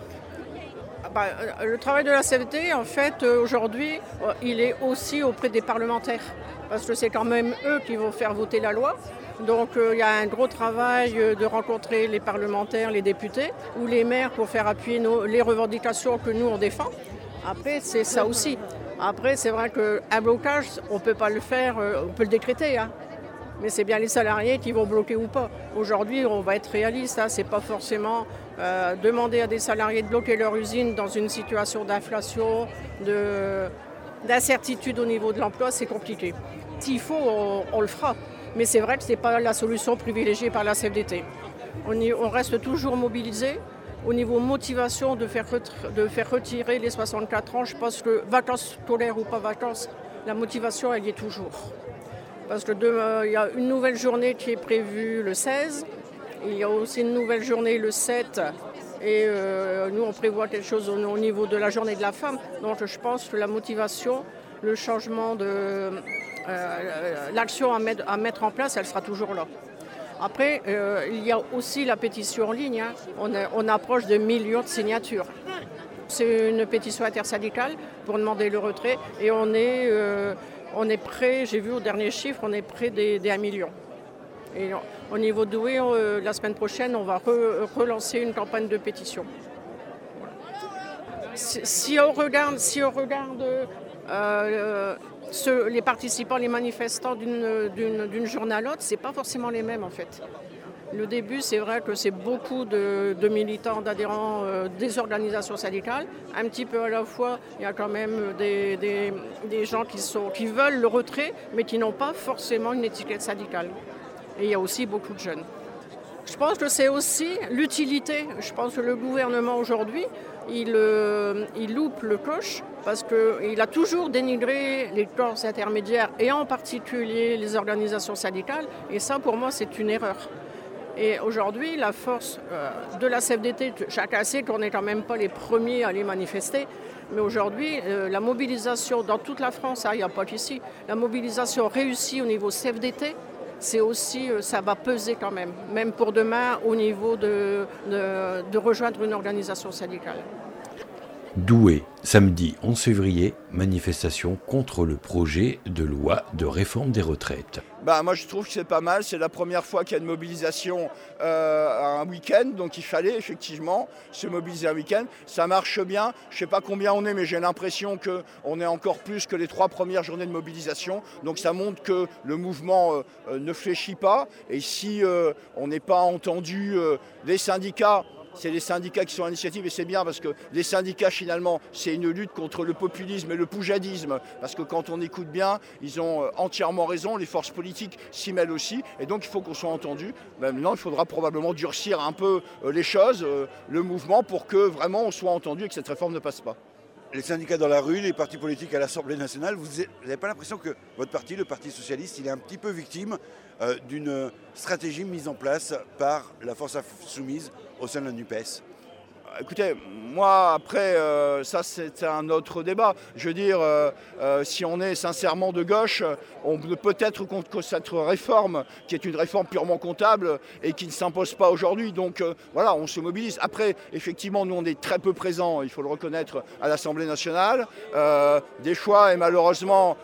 Le travail de la CFDT, en fait, aujourd'hui, il est aussi auprès des parlementaires. Parce que c'est quand même eux qui vont faire voter la loi. Donc il y a un gros travail de rencontrer les parlementaires, les députés ou les maires pour faire appuyer les revendications que nous on défend. Après c'est ça aussi. Après c'est vrai qu'un blocage, on ne peut pas le faire, on peut le décréter. mais c'est bien les salariés qui vont bloquer ou pas. Aujourd'hui, on va être réaliste, hein, c'est pas forcément demander à des salariés de bloquer leur usine dans une situation d'inflation, d'incertitude au niveau de l'emploi, c'est compliqué. S'il faut, on le fera, mais c'est vrai que ce n'est pas la solution privilégiée par la CFDT. On reste toujours mobilisé. Au niveau motivation de faire retirer les 64 ans, je pense que vacances scolaires ou pas vacances, la motivation, elle y est toujours. Parce que il y a une nouvelle journée qui est prévue le 16, il y a aussi une nouvelle journée le 7, et nous on prévoit quelque chose au niveau de la journée de la femme. Donc je pense que la motivation, le changement l'action à mettre en place, elle sera toujours là. Après, il y a aussi la pétition en ligne, hein. On approche de millions de signatures. C'est une pétition intersyndicale pour demander le retrait et on est près, j'ai vu au dernier chiffre, on est près des 1 million. Et au niveau de Douai, la semaine prochaine, on va relancer une campagne de pétition. Si on regarde les participants, les manifestants d'une journée à l'autre, ce n'est pas forcément les mêmes en fait. Le début, c'est vrai que c'est beaucoup de militants, d'adhérents des organisations syndicales. Un petit peu à la fois, il y a quand même des gens qui veulent le retrait, mais qui n'ont pas forcément une étiquette syndicale. Et il y a aussi beaucoup de jeunes. Je pense que c'est aussi l'utilité. Je pense que le gouvernement aujourd'hui, il loupe le coche parce qu'il a toujours dénigré les corps intermédiaires et en particulier les organisations syndicales. Et ça, pour moi, c'est une erreur. Et aujourd'hui, la force de la CFDT, chacun sait qu'on n'est quand même pas les premiers à aller manifester, mais aujourd'hui, la mobilisation dans toute la France, il n'y a pas qu'ici, la mobilisation réussie au niveau CFDT, c'est aussi, ça va peser quand même pour demain au niveau de rejoindre une organisation syndicale. Douai, samedi 11 février, manifestation contre le projet de loi de réforme des retraites. Moi je trouve que c'est pas mal, c'est la première fois qu'il y a une mobilisation un week-end, donc il fallait effectivement se mobiliser un week-end. Ça marche bien, je ne sais pas combien on est, mais j'ai l'impression qu'on est encore plus que les 3 premières journées de mobilisation. Donc ça montre que le mouvement ne fléchit pas. Et si on n'est pas entendu, les syndicats, c'est les syndicats qui sont à l'initiative et c'est bien parce que les syndicats finalement c'est une lutte contre le populisme et le poujadisme parce que quand on écoute bien ils ont entièrement raison, les forces politiques s'y mêlent aussi et donc il faut qu'on soit entendu. Maintenant il faudra probablement durcir un peu les choses, le mouvement pour que vraiment on soit entendu et que cette réforme ne passe pas. Les syndicats dans la rue, les partis politiques à l'Assemblée nationale, vous n'avez pas l'impression que votre parti, le Parti socialiste, il est un petit peu victime d'une stratégie mise en place par la force insoumise au sein de la NUPES? Écoutez, moi après, ça c'est un autre débat. Je veux dire, si on est sincèrement de gauche, on peut peut-être contre cette réforme, qui est une réforme purement comptable et qui ne s'impose pas aujourd'hui. Donc voilà, on se mobilise. Après, effectivement, nous on est très peu présents, il faut le reconnaître, à l'Assemblée nationale. Des fois, et malheureusement,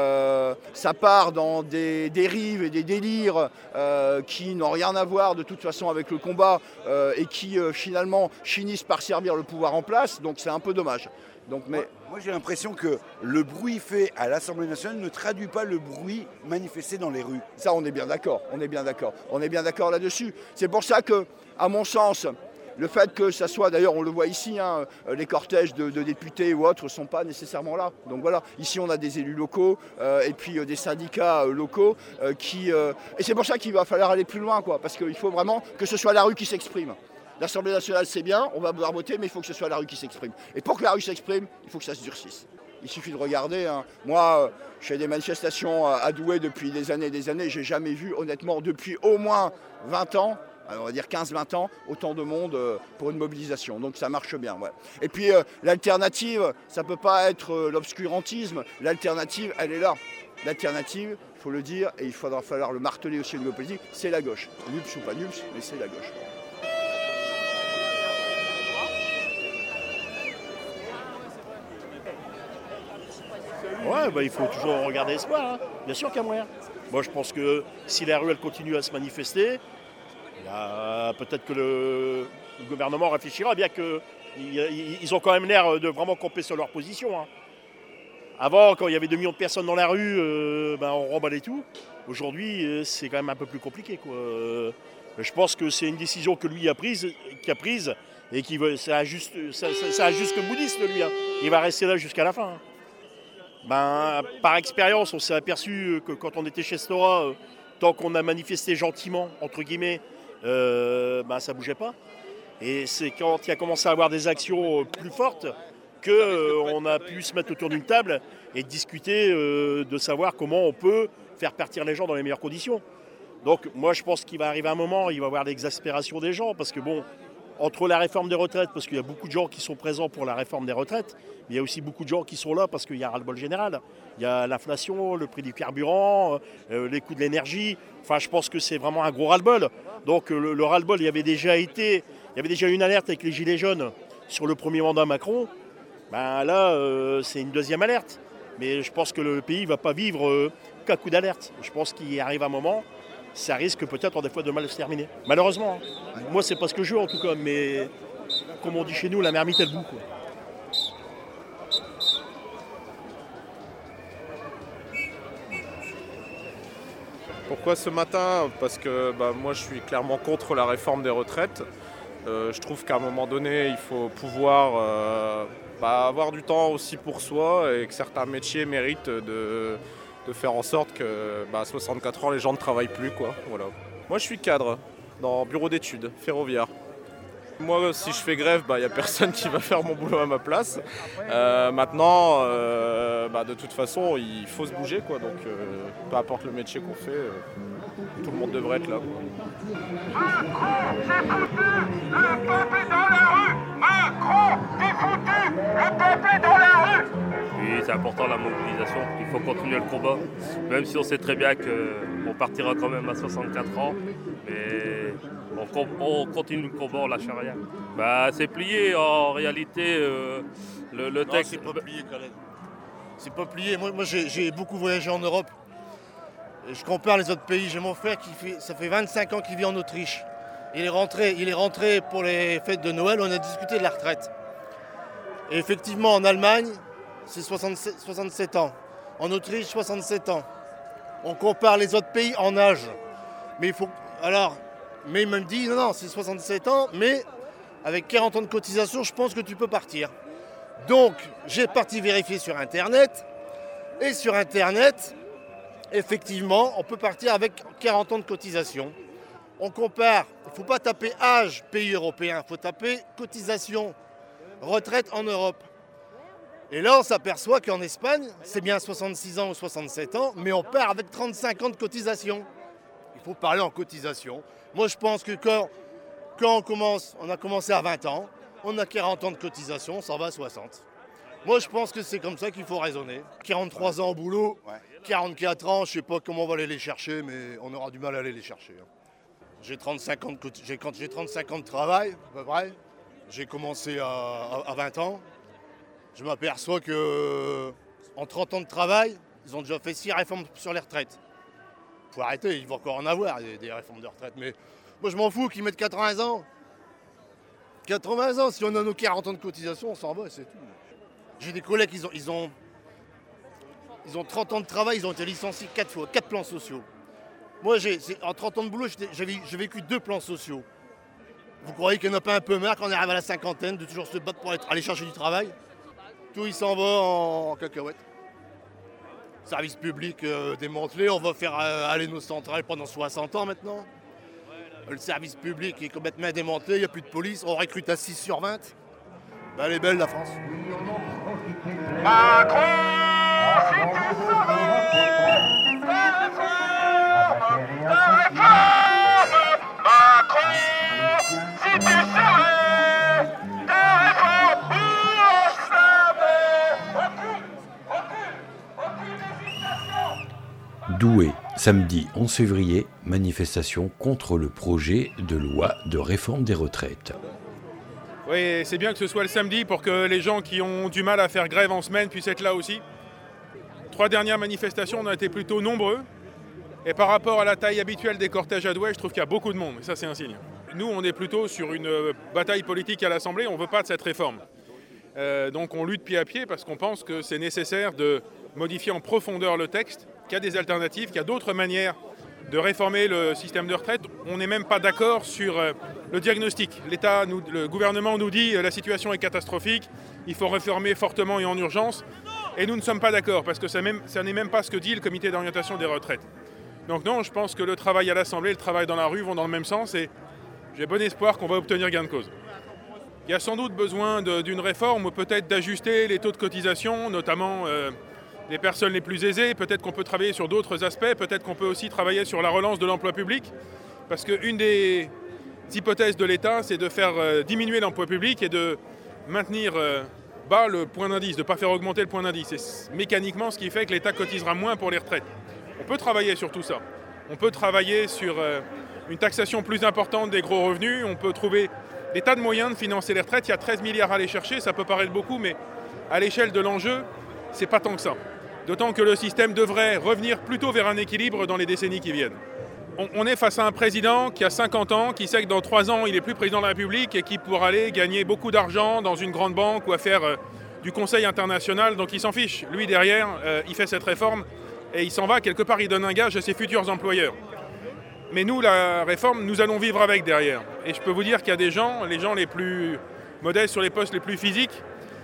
ça part dans des dérives et des délires qui n'ont rien à voir de toute façon avec le combat et qui finalement finissent par servir le pouvoir en place, donc c'est un peu dommage. Donc, moi j'ai l'impression que le bruit fait à l'Assemblée nationale ne traduit pas le bruit manifesté dans les rues. Ça on est bien d'accord, on est bien d'accord là-dessus. C'est pour ça que, à mon sens, le fait que ça soit, d'ailleurs on le voit ici, hein, les cortèges de députés ou autres ne sont pas nécessairement là. Donc voilà, ici on a des élus locaux et puis des syndicats locaux et c'est pour ça qu'il va falloir aller plus loin, quoi, parce qu'il faut vraiment que ce soit la rue qui s'exprime. L'Assemblée nationale, c'est bien, on va pouvoir voter, mais il faut que ce soit la rue qui s'exprime. Et pour que la rue s'exprime, il faut que ça se durcisse. Il suffit de regarder. Hein. Moi, je fais des manifestations à Douai depuis des années et des années. Je n'ai jamais vu, honnêtement, depuis au moins 20 ans, on va dire 15-20 ans, autant de monde pour une mobilisation. Donc ça marche bien. Ouais. Et puis l'alternative, ça ne peut pas être l'obscurantisme. L'alternative, elle est là. L'alternative, il faut le dire, et il faudra falloir le marteler aussi au niveau politique, c'est la gauche. NUPS ou pas NUPS, mais c'est la gauche. Ouais, il faut toujours regarder espoir, hein. Bien sûr qu'il y a moyen. Moi je pense que si la rue elle continue à se manifester, peut-être que le gouvernement réfléchira, bien qu'ils ont quand même l'air de vraiment camper sur leur position. Hein. Avant, quand il y avait 2 millions de personnes dans la rue, on remballait tout. Aujourd'hui, c'est quand même un peu plus compliqué, quoi. Je pense que c'est une décision que lui a prise et ça a juste que bouddhiste, lui. Hein. Il va rester là jusqu'à la fin. Hein. Par expérience, on s'est aperçu que quand on était chez Stora, tant qu'on a manifesté gentiment, entre guillemets, ça bougeait pas. Et c'est quand il a commencé à avoir des actions plus fortes qu'on a pu se mettre autour d'une table et discuter de savoir comment on peut faire partir les gens dans les meilleures conditions. Donc moi je pense qu'il va arriver un moment, il va y avoir l'exaspération des gens, parce que entre la réforme des retraites, parce qu'il y a beaucoup de gens qui sont présents pour la réforme des retraites, mais il y a aussi beaucoup de gens qui sont là parce qu'il y a ras-le-bol général. Il y a l'inflation, le prix du carburant, les coûts de l'énergie. Enfin, je pense que c'est vraiment un gros ras-le-bol. Donc le ras-le-bol, il y avait déjà une alerte avec les Gilets jaunes sur le premier mandat Macron. Là, c'est une deuxième alerte. Mais je pense que le pays ne va pas vivre qu'à coup d'alerte. Je pense qu'il arrive un moment, ça risque peut-être des fois de mal se terminer. Malheureusement. Hein. Moi, c'est pas ce que je veux en tout cas, mais comme on dit chez nous, la marmite elle bout, quoi. Pourquoi ce matin ? Parce que moi je suis clairement contre la réforme des retraites. Je trouve qu'à un moment donné, il faut pouvoir avoir du temps aussi pour soi et que certains métiers méritent de faire en sorte que à 64 ans, les gens ne travaillent plus, quoi. Voilà. Moi, je suis cadre dans bureau d'études, ferroviaire. Moi, si je fais grève, il n'y a personne qui va faire mon boulot à ma place. Maintenant, de toute façon, il faut se bouger, quoi. Donc, peu importe le métier qu'on fait, tout le monde devrait être là. Macron, c'est foutu, le peuple est dans la rue. Macron, c'est foutu, le peuple est dans la rue. Oui, c'est important la mobilisation, il faut continuer le combat, même si on sait très bien qu'on partira quand même à 64 ans, mais on continue le combat, on lâche rien. C'est plié en réalité, le texte... Non, c'est pas plié quand même. C'est pas plié, moi j'ai beaucoup voyagé en Europe, et je compare les autres pays. J'ai mon frère ça fait 25 ans qu'il vit en Autriche. Il est rentré pour les fêtes de Noël, on a discuté de la retraite. Et effectivement en Allemagne, c'est 67 ans. En Autriche, 67 ans. On compare les autres pays en âge. Mais il me dit, non, c'est 67 ans, mais avec 40 ans de cotisation, je pense que tu peux partir. Donc, j'ai parti vérifier sur Internet. Et sur Internet, effectivement, on peut partir avec 40 ans de cotisation. On compare, il ne faut pas taper âge pays européen, il faut taper cotisation, retraite en Europe. Et là, on s'aperçoit qu'en Espagne, c'est bien 66 ans ou 67 ans, mais on part avec 35 ans de cotisation. Il faut parler en cotisation. Moi, je pense que quand on a commencé à 20 ans, on a 40 ans de cotisation, on s'en va à 60. Moi, je pense que c'est comme ça qu'il faut raisonner. 43 ans au boulot, 44 ans, je ne sais pas comment on va aller les chercher, mais on aura du mal à aller les chercher. J'ai 35 ans de travail, à peu près. J'ai commencé à 20 ans. Je m'aperçois qu'en 30 ans de travail, ils ont déjà fait 6 réformes sur les retraites. Il faut arrêter, il va encore en avoir des réformes de retraite. Mais moi, je m'en fous qu'ils mettent 80 ans. 80 ans, si on a nos 40 ans de cotisation, on s'en va, c'est tout. J'ai des collègues, ils ont 30 ans de travail, ils ont été licenciés 4 fois, 4 plans sociaux. Moi, en 30 ans de boulot, j'ai vécu 2 plans sociaux. Vous croyez qu'il n'y en a pas un peu marre quand on arrive à la cinquantaine de toujours se battre pour aller chercher du travail ? Tout, il s'en va en cacahuète. Service public démantelé, on va faire aller nos centrales pendant 60 ans maintenant. Le service public est complètement démantelé, il n'y a plus de police, on recrute à 6 sur 20. Elle est belle la France. Macron, si tu savais ta réforme, Macron, si tu savais ta réforme, on savait. Aucune hésitation. Douai, samedi 11 février, manifestation contre le projet de loi de réforme des retraites. Oui, c'est bien que ce soit le samedi pour que les gens qui ont du mal à faire grève en semaine puissent être là aussi. 3 dernières manifestations, on a été plutôt nombreux. Et par rapport à la taille habituelle des cortèges à Douai, je trouve qu'il y a beaucoup de monde. Et ça, c'est un signe. Nous, on est plutôt sur une bataille politique à l'Assemblée. On ne veut pas de cette réforme. Donc on lutte pied à pied parce qu'on pense que c'est nécessaire de modifier en profondeur le texte, qu'il y a des alternatives, qu'il y a d'autres manières de réformer le système de retraite. On n'est même pas d'accord sur le diagnostic. Le gouvernement nous dit la situation est catastrophique, il faut réformer fortement et en urgence. Et nous ne sommes pas d'accord parce que ça n'est même pas ce que dit le comité d'orientation des retraites. Donc non, je pense que le travail à l'Assemblée et le travail dans la rue vont dans le même sens et j'ai bon espoir qu'on va obtenir gain de cause. Il y a sans doute besoin d'une réforme ou peut-être d'ajuster les taux de cotisation, notamment les personnes les plus aisées. Peut-être qu'on peut travailler sur d'autres aspects, peut-être qu'on peut aussi travailler sur la relance de l'emploi public. Parce qu'une des hypothèses de l'État, c'est de faire diminuer l'emploi public et de maintenir bas le point d'indice, de ne pas faire augmenter le point d'indice. C'est mécaniquement ce qui fait que l'État cotisera moins pour les retraites. On peut travailler sur tout ça. On peut travailler sur une taxation plus importante des gros revenus. On peut trouver des tas de moyens de financer les retraites. Il y a 13 milliards à aller chercher, ça peut paraître beaucoup, mais à l'échelle de l'enjeu, c'est pas tant que ça. D'autant que le système devrait revenir plutôt vers un équilibre dans les décennies qui viennent. On est face à un président qui a 50 ans, qui sait que dans 3 ans, il n'est plus président de la République et qui pourra aller gagner beaucoup d'argent dans une grande banque ou à faire du conseil international. Donc il s'en fiche. Lui, derrière, il fait cette réforme et il s'en va. Quelque part, il donne un gage à ses futurs employeurs. Mais nous, la réforme, nous allons vivre avec derrière. Et je peux vous dire qu'il y a des gens, les gens les plus modestes sur les postes les plus physiques,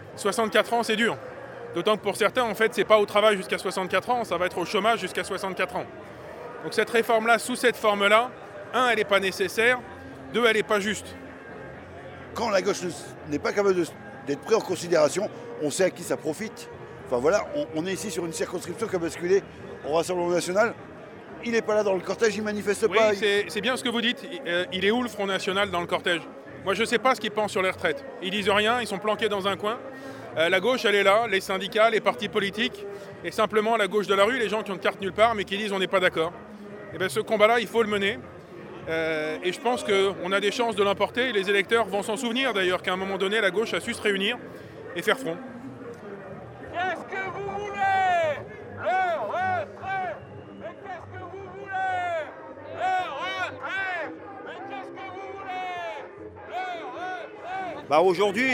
64 ans, c'est dur. D'autant que pour certains, en fait, c'est pas au travail jusqu'à 64 ans, ça va être au chômage jusqu'à 64 ans. Donc cette réforme-là, sous cette forme-là, 1, elle n'est pas nécessaire, 2, elle n'est pas juste. Quand la gauche n'est pas capable d'être prise en considération, on sait à qui ça profite. Enfin voilà, on est ici sur une circonscription qui a basculé au Rassemblement national. Il n'est pas là dans le cortège, il ne manifeste pas. Oui, c'est bien ce que vous dites. Il est où le Front National dans le cortège? Moi, je ne sais pas ce qu'ils pensent sur les retraites. Ils disent rien, ils sont planqués dans un coin. La gauche, elle est là, les syndicats, les partis politiques, et simplement la gauche de la rue, les gens qui ont une carte nulle part, mais qui disent on n'est pas d'accord. Et bien ce combat-là, il faut le mener. Et je pense qu'on a des chances de l'emporter. Et les électeurs vont s'en souvenir d'ailleurs qu'à un moment donné, la gauche a su se réunir et faire front. Qu'est-ce que vous voulez? Le retrait. Mais qu'est-ce que vous voulez? Le retrait. Mais qu'est-ce que vous voulez? Le retrait. Bah aujourd'hui,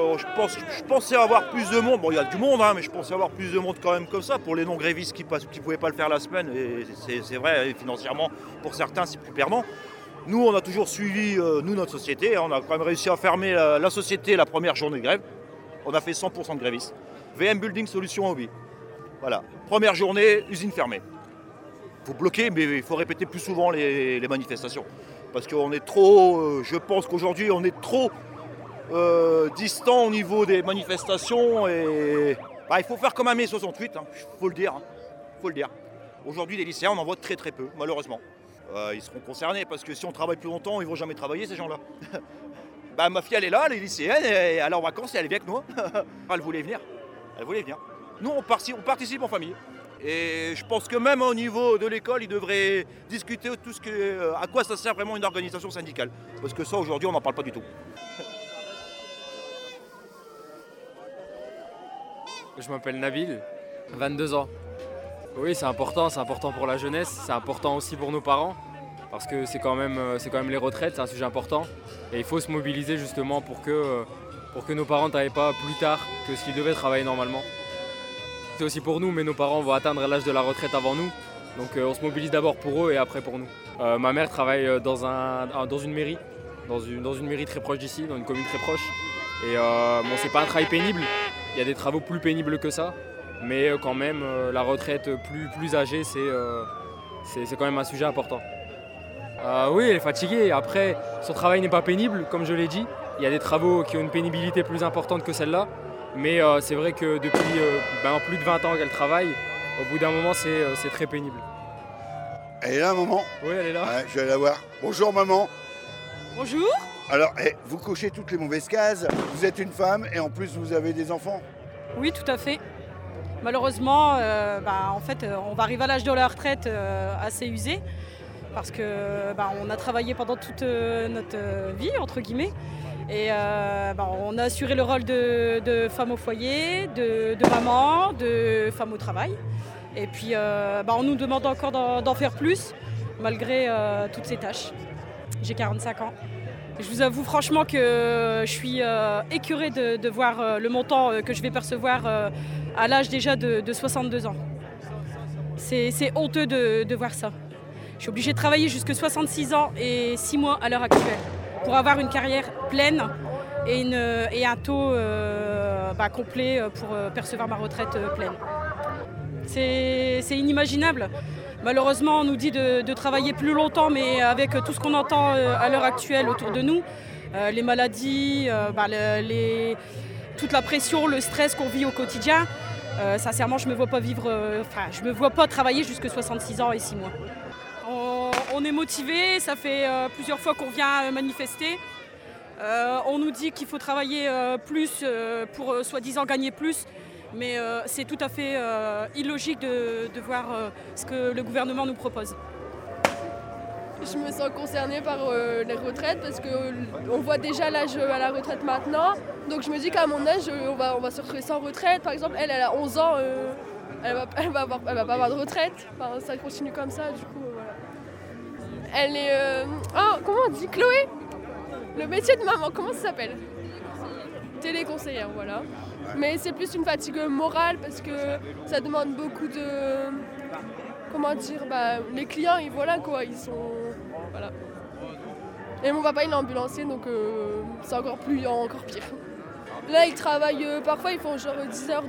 je pensais avoir plus de monde. Bon, il y a du monde, mais je pensais avoir plus de monde quand même comme ça pour les non-grévistes qui ne pouvaient pas le faire la semaine. Et c'est vrai, et financièrement, pour certains, c'est plus perdant. Nous, on a toujours suivi, notre société. On a quand même réussi à fermer la société la première journée de grève. On a fait 100% de grévistes. VM Building Solutions Hobby. Voilà, première journée, usine fermée. Il faut bloquer, mais il faut répéter plus souvent les manifestations. Parce qu'on est trop, je pense qu'aujourd'hui, on est trop distant au niveau des manifestations. Et il faut faire comme un mai 68, il faut le dire. Faut le dire. Aujourd'hui, les lycéens, on en voit très très peu, malheureusement. Ils seront concernés parce que si on travaille plus longtemps, ils ne vont jamais travailler, ces gens-là. Ma fille, elle est là, elle est lycéenne, et elle est en vacances et elle est bien avec nous. Elle voulait venir. Nous, on participe en famille. Et je pense que même au niveau de l'école, ils devraient discuter de tout à quoi ça sert vraiment une organisation syndicale. Parce que ça, aujourd'hui, on n'en parle pas du tout. Je m'appelle Nabil, 22 ans. Oui, c'est important pour la jeunesse, c'est important aussi pour nos parents. Parce que c'est quand même les retraites, c'est un sujet important. Et il faut se mobiliser justement pour que nos parents ne travaillent pas plus tard que ce qu'ils devaient travailler normalement. C'est aussi pour nous, mais nos parents vont atteindre l'âge de la retraite avant nous. Donc on se mobilise d'abord pour eux et après pour nous. Ma mère travaille dans une mairie, dans une mairie très proche d'ici, dans une commune très proche. Et c'est pas un travail pénible, il y a des travaux plus pénibles que ça. Mais quand même, la retraite plus âgée, c'est quand même un sujet important. Oui, elle est fatiguée. Après, son travail n'est pas pénible, comme je l'ai dit. Il y a des travaux qui ont une pénibilité plus importante que celle-là. Mais c'est vrai que depuis plus de 20 ans qu'elle travaille, au bout d'un moment, c'est très pénible. Elle est là, maman? Oui, elle est là. Ouais, je vais la voir. Bonjour, maman. Bonjour. Alors, vous cochez toutes les mauvaises cases. Vous êtes une femme et en plus, vous avez des enfants? Oui, tout à fait. Malheureusement, en fait, on va arriver à l'âge de la retraite assez usé. Parce qu'on a travaillé pendant toute notre vie, entre guillemets. Et on a assuré le rôle de femme au foyer, de maman, de femme au travail. Et puis on nous demande encore d'en faire plus, malgré toutes ces tâches. J'ai 45 ans. Je vous avoue franchement que je suis écœurée de voir le montant que je vais percevoir à l'âge déjà de 62 ans. C'est honteux de voir ça. Je suis obligée de travailler jusqu'à 66 ans et 6 mois à l'heure actuelle pour avoir une carrière pleine et un taux complet pour percevoir ma retraite pleine. C'est inimaginable. Malheureusement, on nous dit de travailler plus longtemps, mais avec tout ce qu'on entend à l'heure actuelle autour de nous, les maladies, toute la pression, le stress qu'on vit au quotidien, sincèrement, je ne me vois pas je me vois pas travailler jusqu'à 66 ans et 6 mois. On est motivé, ça fait plusieurs fois qu'on vient manifester. On nous dit qu'il faut travailler plus pour soi-disant gagner plus. Mais c'est tout à fait illogique de voir ce que le gouvernement nous propose. Je me sens concernée par les retraites parce qu'on voit déjà l'âge à la retraite maintenant. Donc je me dis qu'à mon âge, on va se retrouver sans retraite. Par exemple, elle a 11 ans, elle va pas avoir de retraite. Enfin, ça continue comme ça, du coup, voilà. Elle est... comment on dit, Chloé? Le métier de maman, comment ça s'appelle? Téléconseillère, voilà. Mais c'est plus une fatigue morale parce que ça demande beaucoup de... Comment dire, les clients, voilà quoi, ils sont... Voilà. Et mon papa, il est ambulancier, donc c'est encore pire. Là, ils travaillent, parfois ils font genre 10 heures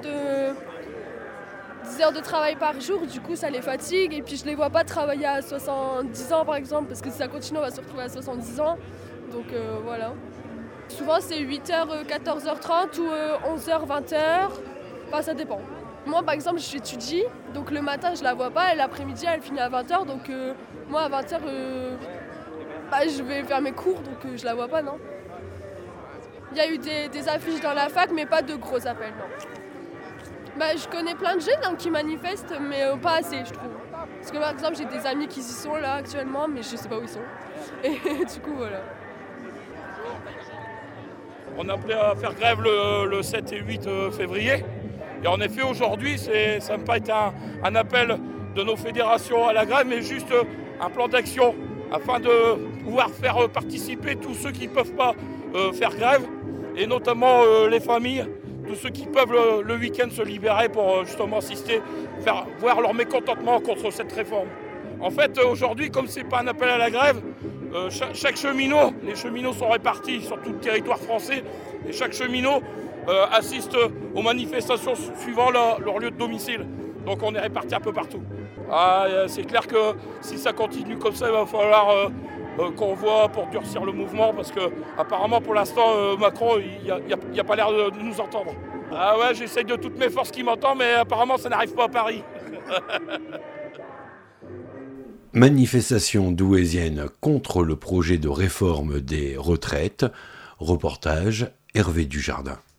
de travail par jour, du coup ça les fatigue. Et puis je les vois pas travailler à 70 ans par exemple, parce que si ça continue, on va se retrouver à 70 ans. Donc voilà. Souvent c'est 8h, 14h30 ou 11h, 20h, enfin ça dépend. Moi par exemple j'étudie, donc le matin je la vois pas et l'après-midi elle finit à 20h, donc moi à 20h je vais faire mes cours, donc je la vois pas, non. Il y a eu des affiches dans la fac mais pas de gros appels, non. Je connais plein de jeunes qui manifestent mais pas assez je trouve. Parce que par exemple j'ai des amis qui y sont là actuellement mais je sais pas où ils sont. Et du coup voilà. On appelait à faire grève le 7 et 8 février. Et en effet, aujourd'hui, ça n'a pas été un appel de nos fédérations à la grève, mais juste un plan d'action afin de pouvoir faire participer tous ceux qui ne peuvent pas faire grève, et notamment les familles, tous ceux qui peuvent le week-end se libérer pour justement assister, faire voir leur mécontentement contre cette réforme. En fait, aujourd'hui, comme ce n'est pas un appel à la grève, chaque cheminot, les cheminots sont répartis sur tout le territoire français et chaque cheminot assiste aux manifestations suivant leur lieu de domicile. Donc on est répartis un peu partout. C'est clair que si ça continue comme ça, il va falloir qu'on voit pour durcir le mouvement parce que apparemment pour l'instant Macron il n'y a pas l'air de nous entendre. Ah ouais, j'essaye de toutes mes forces qu'il m'entend mais apparemment ça n'arrive pas à Paris. Manifestation douaisienne contre le projet de réforme des retraites. Reportage Hervé Dujardin.